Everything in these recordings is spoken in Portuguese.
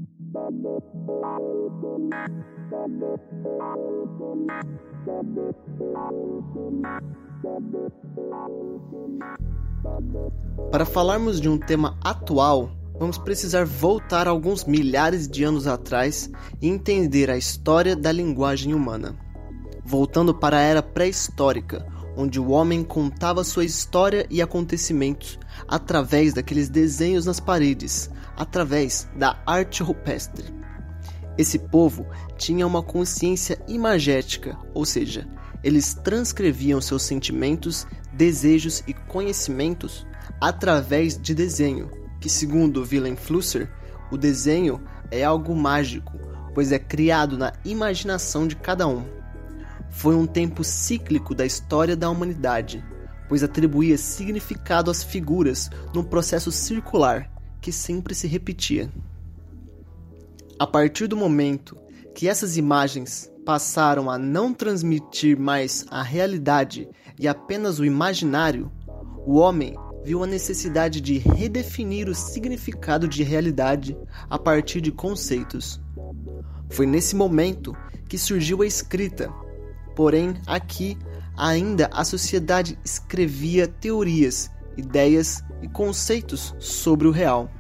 Para falarmos de um tema atual, vamos precisar voltar alguns milhares de anos atrás e entender a história da linguagem humana. Voltando para a era pré-histórica, onde o homem contava sua história e acontecimentos através daqueles desenhos nas paredes, através da arte rupestre. Esse povo tinha uma consciência imagética, ou seja, eles transcreviam seus sentimentos, desejos e conhecimentos através de desenho, que segundo Wilhelm Flusser, o desenho é algo mágico, pois é criado na imaginação de cada um. Foi um tempo cíclico da história da humanidade, pois atribuía significado às figuras num processo circular que sempre se repetia. A partir do momento que essas imagens passaram a não transmitir mais a realidade e apenas o imaginário, o homem viu a necessidade de redefinir o significado de realidade a partir de conceitos. Foi nesse momento que surgiu a escrita, porém aqui ainda a sociedade escrevia teorias, ideias e conceitos sobre o real.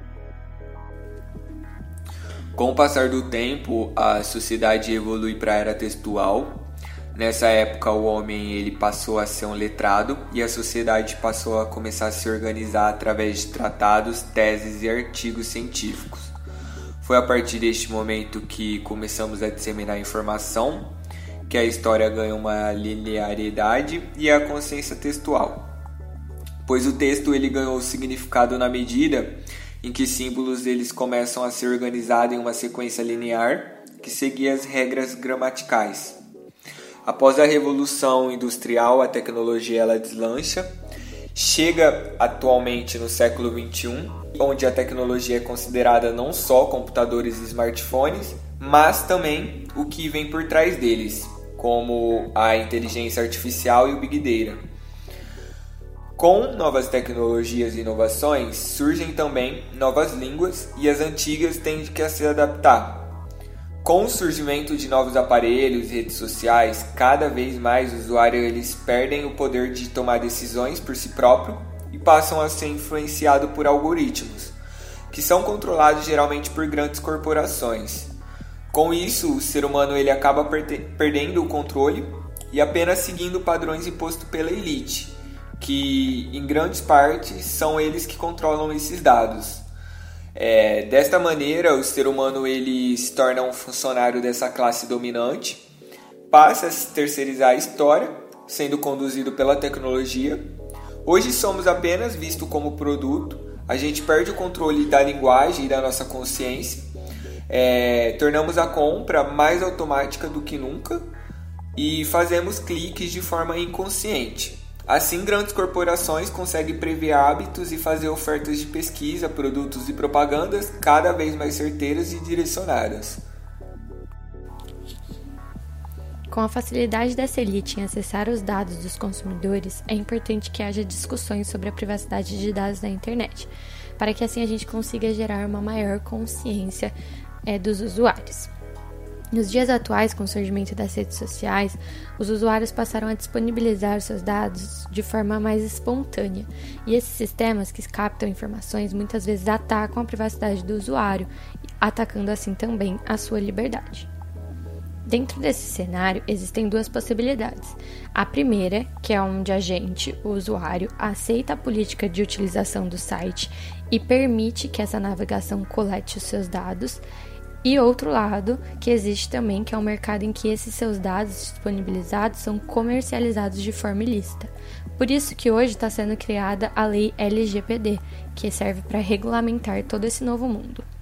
Com o passar do tempo, a sociedade evolui para a era textual. Nessa época, o homem ele passou a ser um letrado e a sociedade passou a começar a se organizar através de tratados, teses e artigos científicos. Foi a partir deste momento que começamos a disseminar informação, que a história ganha uma linearidade e a consciência textual. Pois o texto ele ganhou significado na medida em que símbolos eles começam a ser organizados em uma sequência linear que seguia as regras gramaticais. Após a Revolução Industrial, a tecnologia ela deslancha, chega atualmente no século XXI, onde a tecnologia é considerada não só computadores e smartphones, mas também o que vem por trás deles, como a inteligência artificial e o Big Data. Com novas tecnologias e inovações, surgem também novas línguas e as antigas têm que se adaptar. Com o surgimento de novos aparelhos e redes sociais, cada vez mais os usuários eles perdem o poder de tomar decisões por si próprio e passam a ser influenciados por algoritmos, que são controlados geralmente por grandes corporações. Com isso, o ser humano ele acaba perdendo o controle e apenas seguindo padrões impostos pela elite, que em grandes partes são eles que controlam esses dados. Desta maneira, o ser humano ele se torna um funcionário dessa classe dominante, passa a se terceirizar a história, sendo conduzido pela tecnologia. Hoje somos apenas vistos como produto, a gente perde o controle da linguagem e da nossa consciência, tornamos a compra mais automática do que nunca e fazemos cliques de forma inconsciente. Assim, grandes corporações conseguem prever hábitos e fazer ofertas de pesquisa, produtos e propagandas cada vez mais certeiras e direcionadas. Com a facilidade dessa elite em acessar os dados dos consumidores, é importante que haja discussões sobre a privacidade de dados na internet, para que assim a gente consiga gerar uma maior consciência dos usuários. Nos dias atuais, com o surgimento das redes sociais, os usuários passaram a disponibilizar seus dados de forma mais espontânea, e esses sistemas que captam informações muitas vezes atacam a privacidade do usuário, atacando assim também a sua liberdade. Dentro desse cenário, existem duas possibilidades. A primeira, que é onde a gente, o usuário, aceita a política de utilização do site e permite que essa navegação colete os seus dados. E outro lado, que existe também, que é um mercado em que esses seus dados disponibilizados são comercializados de forma ilícita. Por isso que hoje está sendo criada a lei LGPD, que serve para regulamentar todo esse novo mundo.